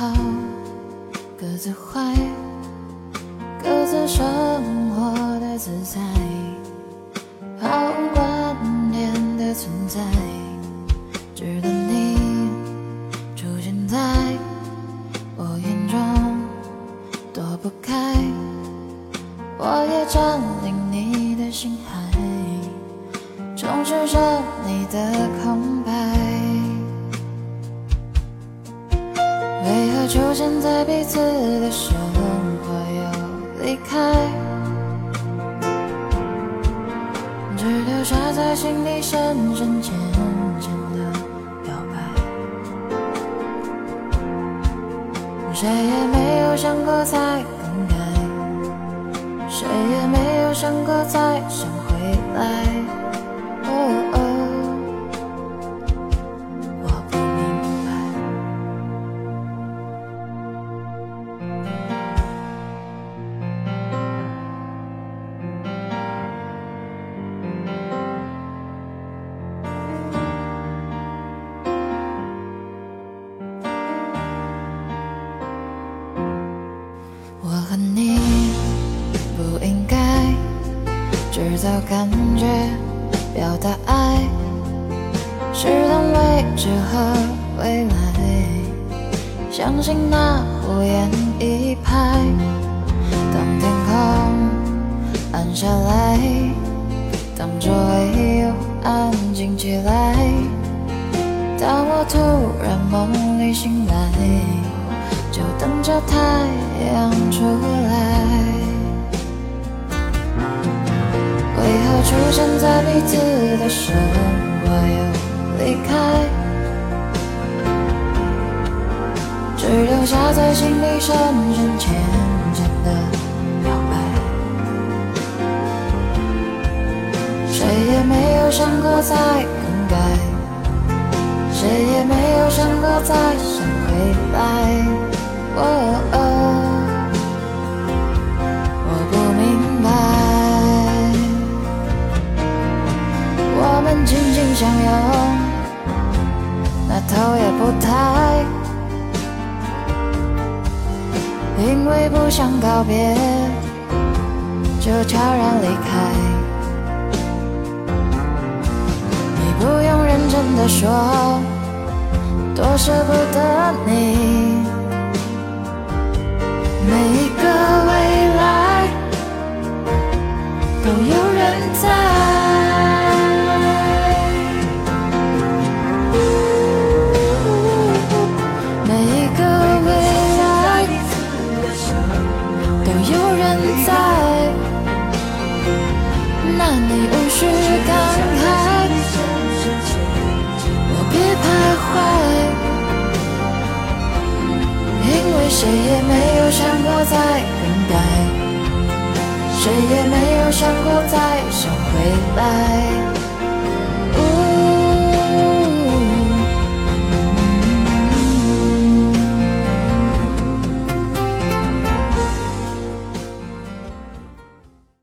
好，各自坏，各自生活的自在，毫无关联的存在，直到你出现在我眼中，躲不开，我也占领你的心海，充斥着你的空白。为何出现在彼此的生活又离开，只留下在心里深深浅浅的表白。谁也没有想过再更改，谁也没有想过再想回来。我不明白。我和你不应该制造感觉，表达爱，试探未知和未来，相信那无言一拍。当天空暗下来，当周围又安静起来，当我突然梦里醒来，就等着太阳出来。为何出现在彼此的生活又离开，只留下在心里深深浅浅的表白。谁也没有想过再更改，谁也没有想过再想回来。我不明白，我们紧紧相拥，那头也不抬，因为不想告别，就悄然离开。你不用认真地说，多舍不得你。每一个未来都有人在，每一个未来都有人在，那你无需感慨，我别徘徊，因为谁也没有想过再更改，谁也没有想过再想回来。